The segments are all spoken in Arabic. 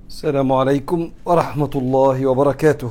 السلام عليكم ورحمة الله وبركاته.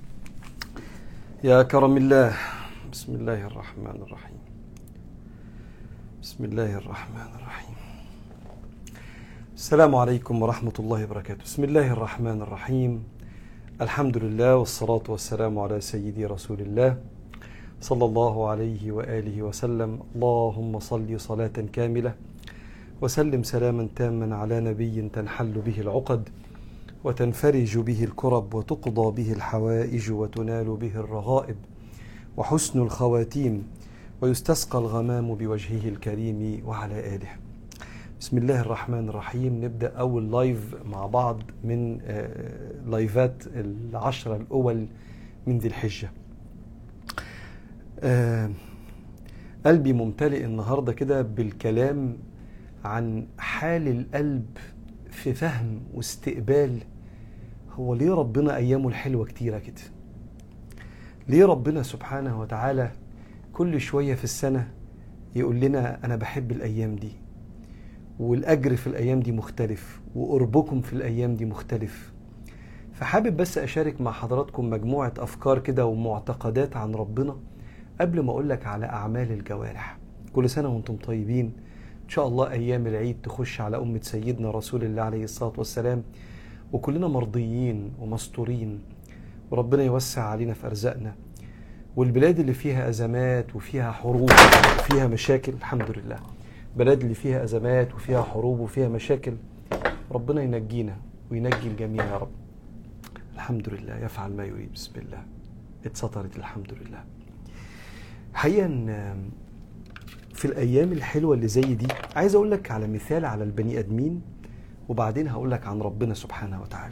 يا كرم الله. بسم الله الرحمن الرحيم. بسم الله الرحمن الرحيم. السلام عليكم ورحمة الله وبركاته. بسم الله الرحمن الرحيم. الحمد لله والصلاة والسلام على سيدي رسول الله صلى الله عليه وآله وسلم. اللهم صل صلاة كاملة وسلم سلاما تاما على نبي تنحل به العقد وتنفرج به الكرب وتقضى به الحوائج وتنال به الرغائب وحسن الخواتيم ويستسقى الغمام بوجهه الكريم وعلى آله. بسم الله الرحمن الرحيم. نبدأ أول لايف مع بعض من لايفات العشرة الأول من ذي الحجة. قلبي ممتلئ النهاردة كده بالكلام عن حال القلب في فهم واستقبال. هو ليه ربنا أيامه الحلوة كتيرة كده؟ ليه ربنا سبحانه وتعالى كل شوية في السنة يقول لنا أنا بحب الأيام دي، والأجر في الأيام دي مختلف، وقربكم في الأيام دي مختلف. فحابب بس أشارك مع حضراتكم مجموعة أفكار كده ومعتقدات عن ربنا قبل ما أقولك على أعمال الجوارح. كل سنة وانتم طيبين. إن شاء الله أيام العيد تخش على أمة سيدنا رسول الله عليه الصلاة والسلام وكلنا مرضيين ومستورين، وربنا يوسع علينا في أرزاقنا. والبلاد اللي فيها أزمات وفيها حروب وفيها مشاكل، الحمد لله، بلاد اللي فيها أزمات وفيها حروب وفيها مشاكل، ربنا ينجينا وينجي الجميع يا رب. الحمد لله، يفعل ما يريد. بسم الله. اتسطرت الحمد لله. حقيقة في الأيام الحلوة اللي زي دي عايز أقول لك على مثال على البني أدمين، وبعدين هقول لك عن ربنا سبحانه وتعالى.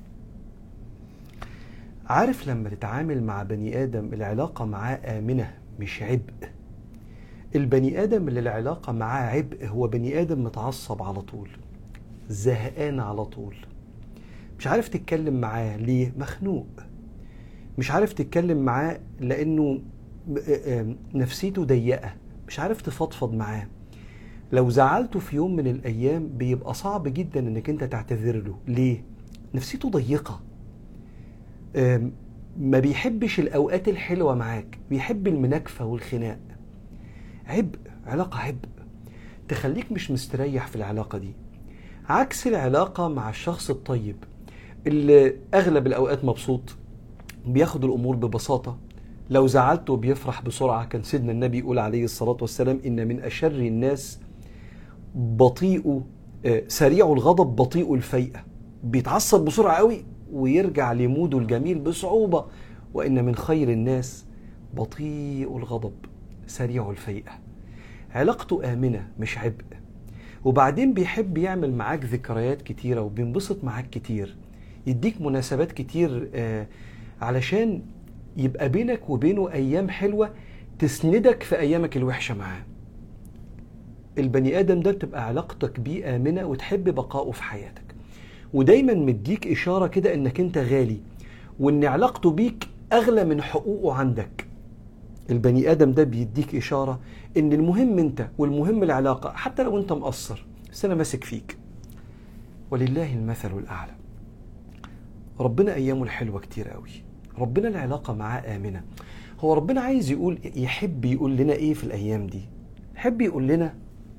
عارف لما تتعامل مع بني آدم العلاقة معاه آمنة مش عبء. البني آدم اللي العلاقة معاه عبء هو بني آدم متعصب على طول، زهقان على طول، مش عارف تتكلم معاه ليه؟ مخنوق. مش عارف تتكلم معاه لأنه نفسيته ضيقة، مش عارف تفضفض معاه. لو زعلته في يوم من الأيام بيبقى صعب جدا انك انت تعتذر له. ليه؟ نفسيته ضيقة، ما بيحبش الأوقات الحلوة معاك، بيحب المناكفة والخناق. عبء، علاقة عبء تخليك مش مستريح في العلاقة دي. عكس العلاقة مع الشخص الطيب اللي أغلب الأوقات مبسوط، بياخد الأمور ببساطة، لو زعلته بيفرح بسرعة. كان سيدنا النبي يقول عليه الصلاة والسلام إن من أشر الناس سريع الغضب بطيء الفيئة. بيتعصب بسرعة قوي ويرجع لموده الجميل بصعوبة. وإن من خير الناس بطيء الغضب سريع الفيئة. علاقته آمنة مش عبء. وبعدين بيحب يعمل معاك ذكريات كتيرة وبينبسط معاك كتير، يديك مناسبات كتير علشان يبقى بينك وبينه أيام حلوة تسندك في أيامك الوحشة معاه. البني آدم ده بتبقى علاقتك بيه آمنة وتحب بقائه في حياتك، ودايما مديك إشارة كده إنك أنت غالي، وإن علاقته بيك أغلى من حقوقه عندك. البني آدم ده بيديك إشارة إن المهم أنت والمهم العلاقة، حتى لو أنت مقصر بس أنا ماسك فيك. ولله المثل الأعلى. ربنا أيامه الحلوة كتير قوي، ربنا العلاقة معاه آمنة. هو ربنا عايز يحب يقول لنا إيه في الأيام دي؟ يحب يقول لنا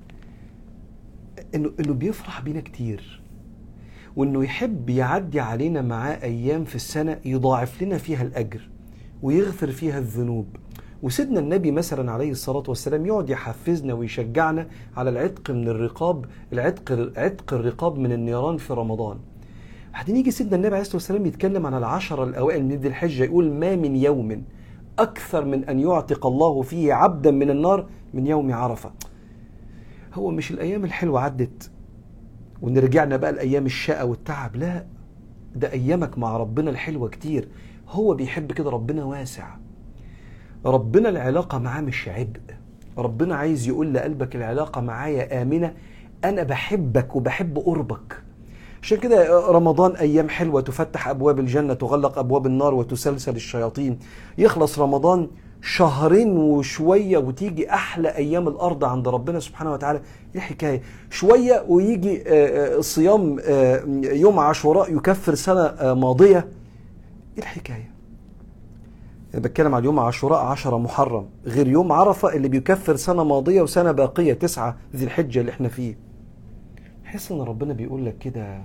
إنه بيفرح بينا كتير، وإنه يحب يعدي علينا معاه أيام في السنة يضاعف لنا فيها الأجر ويغفر فيها الذنوب. وسيدنا النبي مثلا عليه الصلاة والسلام يقعد يحفزنا ويشجعنا على العتق من الرقاب، عتق الرقاب من النيران في رمضان. بعدين يجي سيدنا النبي عليه الصلاة والسلام يتكلم عن العشرة الأوائل من ذي الحجة، يقول ما من يوم أكثر من أن يعتق الله فيه عبدا من النار من يوم عرفة. هو مش الأيام الحلوة عدت ونرجعنا بقى الأيام الشقى والتعب، لا، ده أيامك مع ربنا الحلوة كتير. هو بيحب كده، ربنا واسع، ربنا العلاقة معاه مش عبء. ربنا عايز يقول لقلبك العلاقة معايا آمنة، أنا بحبك وبحب قربك. عشان كده رمضان أيام حلوة، تفتح أبواب الجنة، تغلق أبواب النار، وتسلسل الشياطين. يخلص رمضان شهرين وشوية وتيجي أحلى أيام الأرض عند ربنا سبحانه وتعالى. إيه الحكاية؟ شوية ويجي صيام يوم عاشوراء يكفر سنة ماضية. إيه الحكاية؟ أنا بتكلم عن يوم عاشوراء 10 محرم غير يوم عرفة اللي بيكفر سنة ماضية وسنة باقية 9 ذي الحجة اللي احنا فيه. حس ان ربنا بيقول لك كده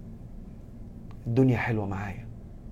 الدنيا حلوة معايا.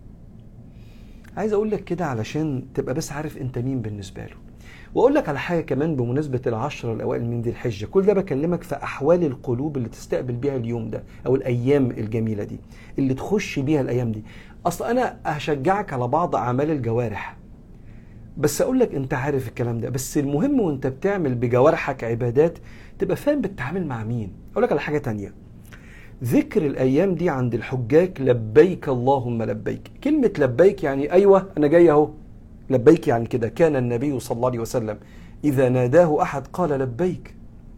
عايز اقول لك كده علشان تبقى بس عارف انت مين بالنسبة له. واقول لك على حاجة كمان بمناسبة العشرة الاوائل من ذي الحجة. كل ده بكلمك في احوال القلوب اللي تستقبل بيها اليوم ده او الايام الجميلة دي اللي تخش بيها الايام دي. اصلا انا هشجعك على بعض اعمال الجوارح، بس اقول لك انت عارف الكلام ده، بس المهم وانت بتعمل بجوارحك عبادات تبقى فاهم بتتعامل مع مين. اقول لك على حاجة تانية، ذكر الايام دي عند الحجاج لبيك اللهم لبيك. كلمة لبيك يعني ايوه انا جاي اهو. لبيك يعني كده. كان النبي صلى الله عليه وسلم اذا ناداه احد قال لبيك.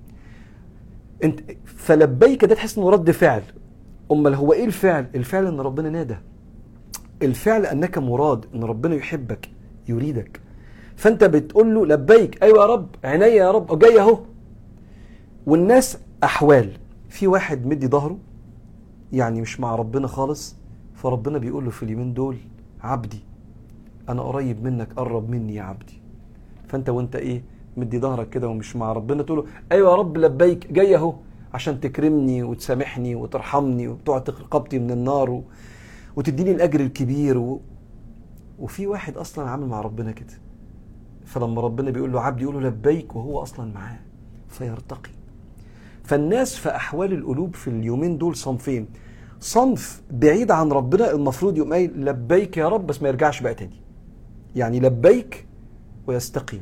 انت فلبيك ده تحس انه رد فعل. امال هو ايه الفعل؟ الفعل ان ربنا نادى. الفعل انك مراد، ان ربنا يحبك يريدك، فانت بتقول له لبيك. ايوه يا رب، عينيا يا رب، جاي اهو. والناس احوال. في واحد مدي ظهره يعني مش مع ربنا خالص، فربنا بيقول له في اليومين دول عبدي انا قريب منك، قرب مني يا عبدي. فانت وانت ايه مدي ظهرك كده ومش مع ربنا تقول له ايوه يا رب لبيك، جاي اهو عشان تكرمني وتسامحني وترحمني وتعتق رقبتي من النار وتديني الاجر الكبير وفي واحد اصلا عامل مع ربنا كده، فلما ربنا بيقول له عبدي يقول له لبيك وهو اصلا معاه فيرتقي. فالناس في احوال القلوب في اليومين دول صنفين. صنف بعيد عن ربنا المفروض يقوم قايل لبيك يا رب بس ما يرجعش بقى تاني، يعني لبيك ويستقيم.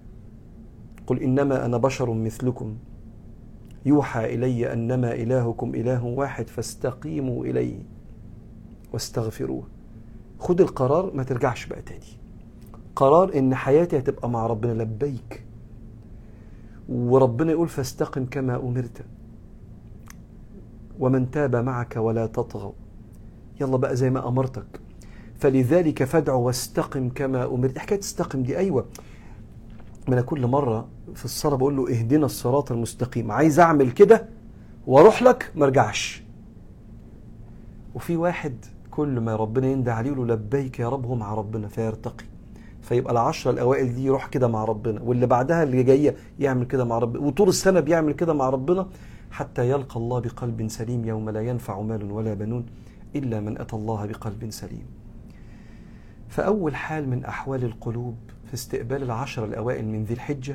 قل انما انا بشر مثلكم يوحى الي انما الهكم اله واحد فاستقيموا اليه واستغفروه. خد القرار ما ترجعش بقى تاني. قرار ان حياتي هتبقى مع ربنا لبيك، وربنا يقول فاستقم كما امرت ومن تاب معك ولا تطغوا. يلا بقى زي ما امرتك، فلذلك فادع واستقم كما امرت. حكايه تستقم دي ايوه، ما انا كل مره في الصلاه بقول له اهدنا الصراط المستقيم، عايز اعمل كده واروح لك ما ارجعش. وفي واحد كل ما ربنا يندى عليه له لبيك يا رب هو مع ربنا فيرتقي، فيبقى العشرة الأوائل دي يروح كده مع ربنا، واللي بعدها اللي جاية يعمل كده مع ربنا، وطول السنة بيعمل كده مع ربنا حتى يلقى الله بقلب سليم يوم لا ينفع مال ولا بنون إلا من أتى الله بقلب سليم. فأول حال من أحوال القلوب في استقبال العشرة الأوائل من ذي الحجة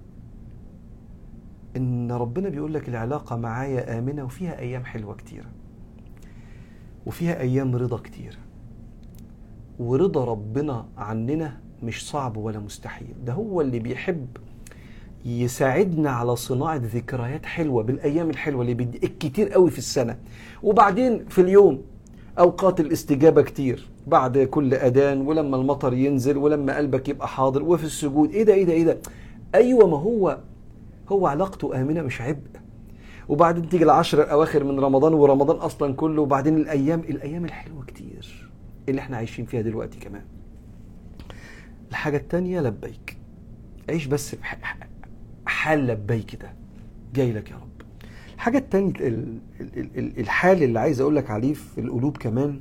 إن ربنا بيقول لك العلاقة معايا آمنة وفيها أيام حلوة كتيرة وفيها أيام رضا كتير، ورضا ربنا عننا مش صعب ولا مستحيل. ده هو اللي بيحب يساعدنا على صناعة ذكريات حلوة بالأيام الحلوة اللي بيديك كتير قوي في السنة. وبعدين في اليوم أوقات الاستجابة كتير بعد كل أذان، ولما المطر ينزل، ولما قلبك يبقى حاضر، وفي السجود. إيه ده إيه ده إيه ده؟ أيوة، ما هو علاقته آمنة مش عبء. وبعدين تيجي العشر الأواخر من رمضان، ورمضان أصلا كله، وبعدين الأيام الحلوة كتير اللي احنا عايشين فيها دلوقتي كمان. الحاجة التانية لبيك، عيش بس حال لبيك ده جاي لك يا رب. الحاجة التانية الحال اللي عايز اقول لك عليه في القلوب كمان،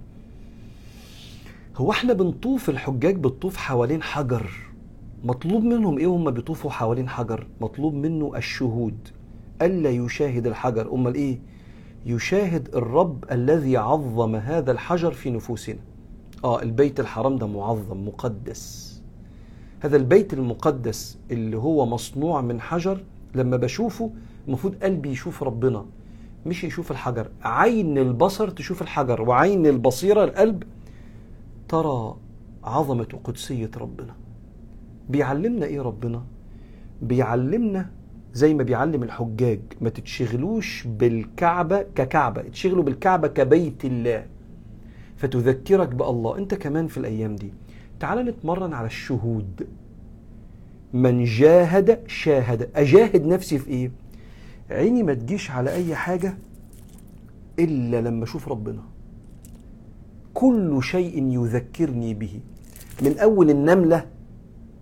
هو احنا بنطوف، الحجاج بتطوف حوالين حجر. مطلوب منهم ايه هم بيطوفوا حوالين حجر؟ مطلوب منه الشهود، ألا يشاهد الحجر. امال ايه؟ يشاهد الرب الذي عظم هذا الحجر في نفوسنا. البيت الحرام ده معظم مقدس. هذا البيت المقدس اللي هو مصنوع من حجر، لما بشوفه المفروض قلبي يشوف ربنا مش يشوف الحجر. عين البصر تشوف الحجر، وعين البصيرة القلب ترى عظمة وقدسية ربنا. بيعلمنا ايه ربنا؟ بيعلمنا زي ما بيعلم الحجاج ما تتشغلوش بالكعبة ككعبة، تشغلوا بالكعبة كبيت الله فتذكرك بالله. انت كمان في الايام دي تعال نتمرن على الشهود. من جاهد شاهد. اجاهد نفسي في ايه؟ عيني ما تجيش على اي حاجة الا لما اشوف ربنا. كل شيء يذكرني به، من اول النملة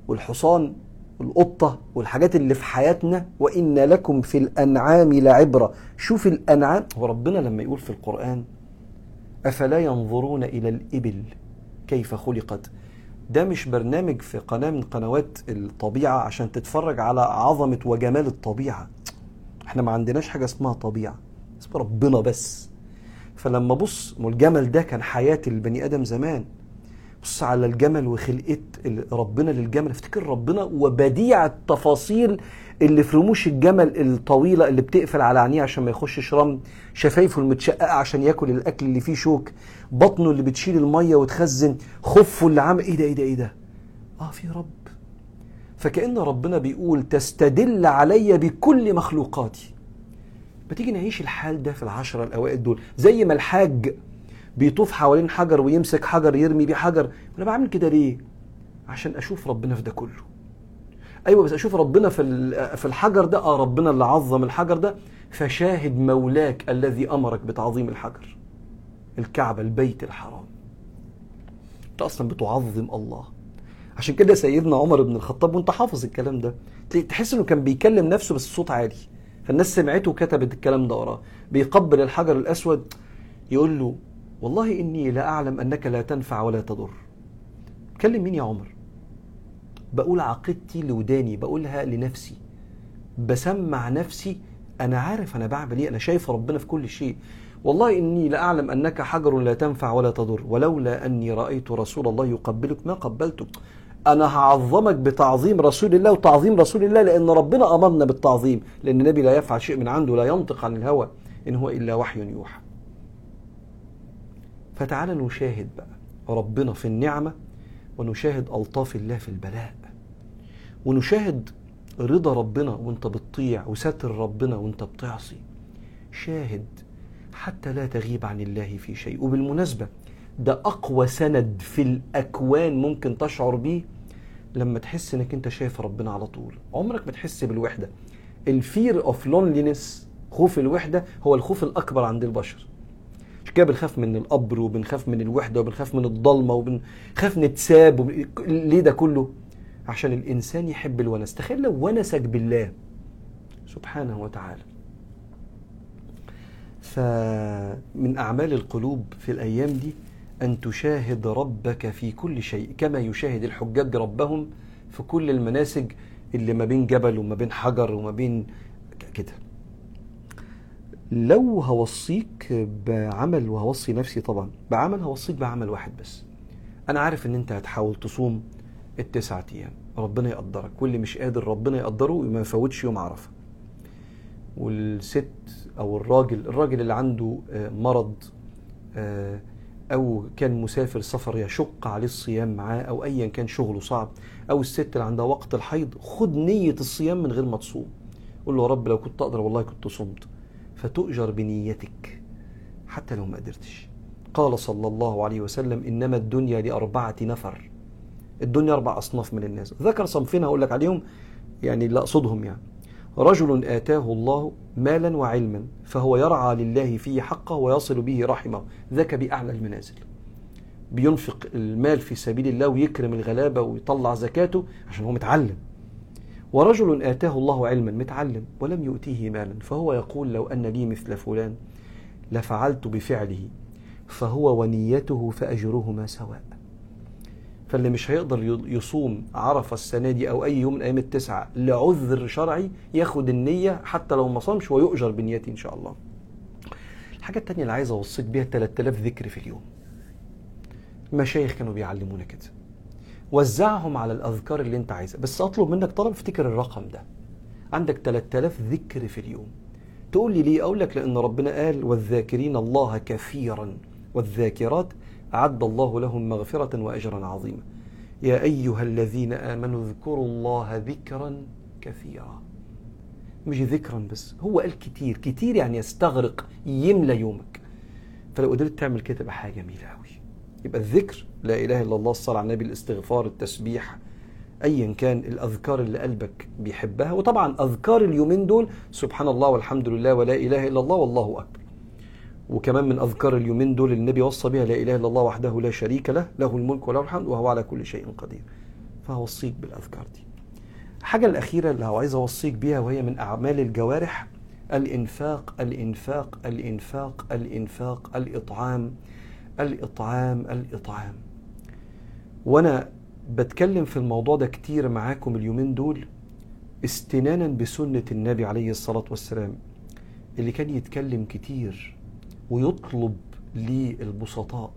والحصان والقطة والحاجات اللي في حياتنا. وإن لكم في الأنعام لعبرة. شوف الأنعام، وربنا لما يقول في القرآن أفلا ينظرون إلى الإبل كيف خلقت، ده مش برنامج في قناة من قنوات الطبيعة عشان تتفرج على عظمة وجمال الطبيعة. احنا ما عندناش حاجة اسمها طبيعة، اسمها ربنا بس. فلما بص، الجمل ده كان حياة البني آدم زمان، بص على الجمل وخلقة ربنا للجمل، افتكر ربنا وبديع التفاصيل اللي في رموش الجمل الطويلة اللي بتقفل على عينيه عشان ما يخشش رمل، شفايفه المتشققة عشان ياكل الأكل اللي فيه شوك، بطنه اللي بتشيل المية وتخزن، خفه اللي عامل ايه ده في رب. فكأن ربنا بيقول تستدل علي بكل مخلوقاتي. ما تيجي نعيش الحال ده في العشرة الأوائل دول، زي ما الحاج بيطوف حوالين حجر ويمسك حجر يرمي بيه حجر. انا بعمل كده ليه؟ عشان اشوف ربنا في ده كله. ايوه بس اشوف ربنا في الحجر ده، ربنا اللي عظم الحجر ده. فشاهد مولاك الذي امرك بتعظيم الحجر، الكعبة، البيت الحرام. انت اصلا بتعظم الله. عشان كده سيدنا عمر بن الخطاب، وانت حافظ الكلام ده، تحس انه كان بيكلم نفسه بس صوت عالي، فالناس سمعته وكتبت الكلام ده وراه. بيقبل الحجر الاسود يقول له والله إني لا أعلم أنك لا تنفع ولا تضر. كلم مين يا عمر؟ بقول عقيدتي لوداني، بقولها لنفسي، بسمع نفسي، أنا عارف أنا بعمل إيه، أنا شايف ربنا في كل شيء. والله إني لا أعلم أنك حجر لا تنفع ولا تضر، ولولا أني رأيت رسول الله يقبلك ما قبلتك. أنا هعظمك بتعظيم رسول الله وتعظيم رسول الله، لأن ربنا أمرنا بالتعظيم، لأن النبي لا يفعل شيء من عنده، لا ينطق عن الهوى، إن هو إلا وحي يوحى. فتعالى نشاهد بقى ربنا في النعمة، ونشاهد ألطاف الله في البلاء، ونشاهد رضا ربنا وانت بتطيع، وستر ربنا وانت بتعصي. شاهد حتى لا تغيب عن الله في شيء. وبالمناسبة ده أقوى سند في الأكوان ممكن تشعر بيه لما تحس انك انت شايف ربنا على طول. عمرك ما تحس بالوحدة. الفير اوف لونلينس، خوف الوحدة، هو الخوف الأكبر عند البشر. مش كده بنخاف من القبر، وبنخاف من الوحدة، وبنخاف من الضلمة، وبنخاف نتساب. ليه ده كله؟ عشان الإنسان يحب الونس. تخيل لو ونسك بالله سبحانه وتعالى. فمن أعمال القلوب في الأيام دي أن تشاهد ربك في كل شيء، كما يشاهد الحجاج ربهم في كل المناسك اللي ما بين جبل وما بين حجر وما بين كده. لو هوصيك بعمل، وهوصي نفسي طبعا بعمل، هوصيك بعمل واحد بس. أنا عارف إن أنت هتحاول تصوم ال9 أيام، ربنا يقدرك، واللي مش قادر ربنا يقدره وما يفوتش يوم عرفة. والست أو الراجل اللي عنده مرض أو كان مسافر سفر يشق عليه الصيام معاه، أو أيا كان شغله صعب، أو الست اللي عندها وقت الحيض، خد نية الصيام من غير ما تصوم. قول له يا رب لو كنت أقدر والله كنت صمت، فتؤجر بنيتك حتى لو ما قدرتش. قال صلى الله عليه وسلم إنما الدنيا ل4 نفر. الدنيا 4 أصناف من الناس، ذكر صنفين هقول لك عليهم يعني اللي أقصدهم. يعني رجل آتاه الله مالا وعلما فهو يرعى لله فيه حقه ويصل به رحمه، ذاك بأعلى المنازل. بينفق المال في سبيل الله ويكرم الغلابة ويطلع زكاته عشان هو متعلم. ورجل آتاه الله علما، متعلم ولم يؤتيه مالا، فهو يقول لو أن لي مثل فلان لفعلت بفعله، فهو ونيته فأجرهما سواء. فاللي مش هيقدر يصوم عرفة السنة دي أو أي يوم من أيام ال9 لعذر شرعي، ياخد النية حتى لو ما صامش ويؤجر بنيته إن شاء الله. الحاجة التانية اللي عايز أوصيك بيها 3000 ذكر في اليوم. المشايخ كانوا بيعلمونا كده، وزعهم على الأذكار اللي انت عايزها، بس أطلب منك طلب، افتكر الرقم ده. عندك 3000 ذكر في اليوم. تقول لي ليه؟ أقول لك لأن ربنا قال والذاكرين الله كثيرا والذاكرات أعد الله لهم مغفرة وأجرا عظيما. يا أيها الذين آمنوا اذكروا الله ذكرا كثيرا. مش ذكرا بس، هو قال كتير. كتير يعني يستغرق، يملى يومك. فلو قدرت تعمل كده تبقى حاجة جميلة قوي. يبقى الذكر لا إله إلا الله، الصلاة على النبي، الاستغفار، التسبيح، أيا كان الأذكار اللي قلبك بيحبها. وطبعا أذكار اليومين دول سبحان الله والحمد لله ولا إله إلا الله والله أكبر. وكمان من أذكار اليومين دول النبي وصى بها لا إله إلا الله وحده لا شريك له، له الملك وله الحمد وهو على كل شيء قدير. فهوصيك بالأذكار دي. الحاجة الأخيرة اللي عايز أوصيك بيها وهي من أعمال الجوارح: الإنفاق الإنفاق الإنفاق الإنفاق، الإطعام الإطعام الإطعام. وأنا بتكلم في الموضوع ده كتير معاكم اليومين دول استنانا بسنة النبي عليه الصلاة والسلام، اللي كان يتكلم كتير ويطلب للبسطاء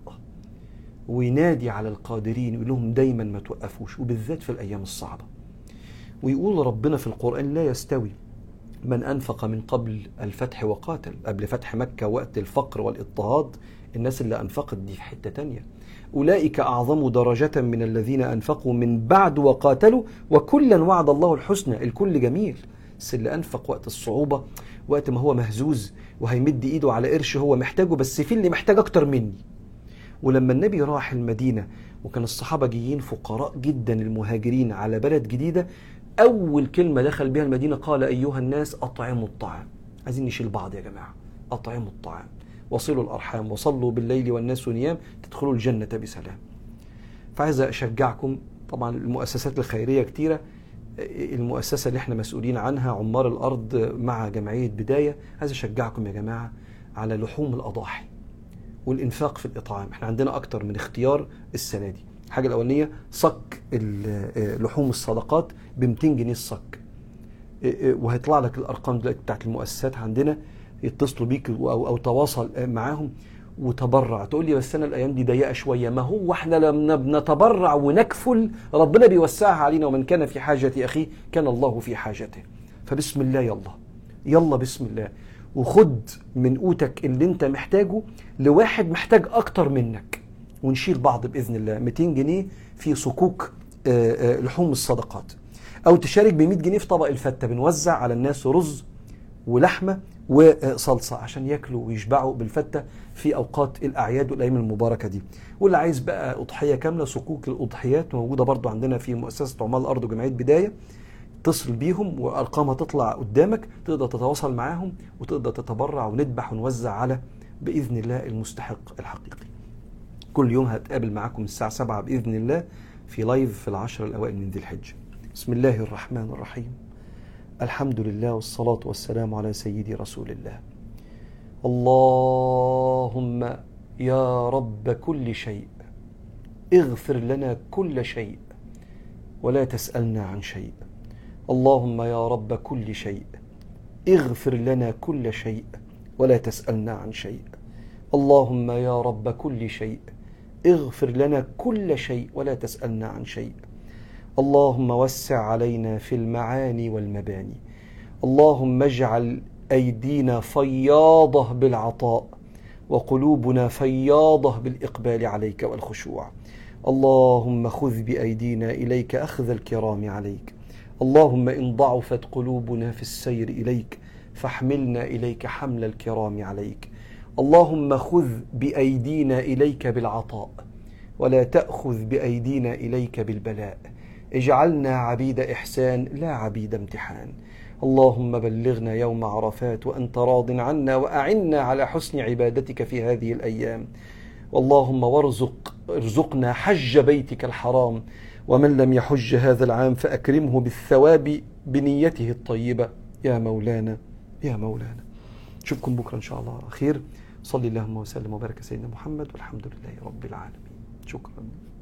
وينادي على القادرين ويقول لهم دايما ما توقفوش، وبالذات في الأيام الصعبة. ويقول ربنا في القرآن: لا يستوي من أنفق من قبل الفتح وقاتل. قبل فتح مكة وقت الفقر والاضطهاد الناس اللي أنفقت دي في حتة تانية. أولئك أعظم درجة من الذين أنفقوا من بعد وقاتلوا وكلا وعد الله الحسنى. الكل جميل، بس اللي أنفق وقت الصعوبة، وقت ما هو مهزوز وهيمد إيده على قرش هو محتاجه، بس في اللي محتاج أكتر مني. ولما النبي راح المدينة وكان الصحابة جايين فقراء جدا المهاجرين على بلد جديدة، أول كلمة دخل بها المدينة قال: أيها الناس أطعموا الطعام. عايزين نشيل بعض يا جماعة، أطعموا الطعام وصلوا الأرحام وصلوا بالليل والناس نيام تدخلوا الجنة بسلام. فعايز أشجعكم، طبعا المؤسسات الخيرية كتيرة، المؤسسة اللي احنا مسؤولين عنها عمار الأرض مع جمعية بداية، عايز أشجعكم يا جماعة على لحوم الأضاحي والإنفاق في الإطعام. احنا عندنا أكتر من اختيار السنة دي. الحاجة الأولانية صك لحوم الصدقات ب 200 جنيه الصك، وهيطلع لك الأرقام دلوقتي بتاعت المؤسسات عندنا، يتصلوا بيك أو تواصل معاهم وتبرع. تقول لي بس أنا الأيام دي ضيقة شوية. ما هو احنا لما بنتبرع ونكفل ربنا بيوسعها علينا، ومن كان في حاجة أخيه كان الله في حاجته. فبسم الله، يلا بسم الله، وخد من قوتك اللي انت محتاجه لواحد محتاج أكتر منك، ونشيل بعض بإذن الله. 200 جنيه في صكوك لحوم الصدقات، أو تشارك ب100 جنيه في طبق الفتة. بنوزع على الناس رز ولحمة وصلصة عشان ياكلوا ويشبعوا بالفتة في أوقات الأعياد والأيام المباركة دي. واللي عايز بقى أضحية كاملة، صكوك الأضحيات موجودة برضو عندنا في مؤسسة عمال الأرض وجمعية بداية. اتصل بيهم وأرقامها تطلع قدامك، تقدر تتواصل معاهم وتقدر تتبرع ونذبح ونوزع على بإذن الله المستحق الحقيقي. كل يوم هتقابل معاكم الساعة 7 بإذن الله في لايف في العشر الأوائل من ذي الحجة. بسم الله الرحمن الرحيم. الحمد لله والصلاة والسلام على سيدي رسول الله. اللهم يا رب كل شيء اغفر لنا كل شيء ولا تسألنا عن شيء. اللهم يا رب كل شيء اغفر لنا كل شيء ولا تسألنا عن شيء. اللهم يا رب كل شيء اغفر لنا كل شيء ولا تسألنا عن شيء. اللهم وسع علينا في المعاني والمباني. اللهم اجعل أيدينا فياضة بالعطاء وقلوبنا فياضة بالإقبال عليك والخشوع. اللهم خذ بأيدينا إليك أخذ الكرام عليك. اللهم إن ضعفت قلوبنا في السير إليك فاحملنا إليك حمل الكرام عليك. اللهم خذ بأيدينا إليك بالعطاء ولا تأخذ بأيدينا إليك بالبلاء. اجعلنا عبيد إحسان لا عبيد امتحان. اللهم بلغنا يوم عرفات وأنت راض عنا، وأعنا على حسن عبادتك في هذه الأيام. اللهم ارزقنا حج بيتك الحرام، ومن لم يحج هذا العام فأكرمه بالثواب بنيته الطيبة يا مولانا يا مولانا. نشوفكم بكرة إن شاء الله خير. صلي اللهم وسلم وبارك سيدنا محمد، والحمد لله رب العالمين. شكرا.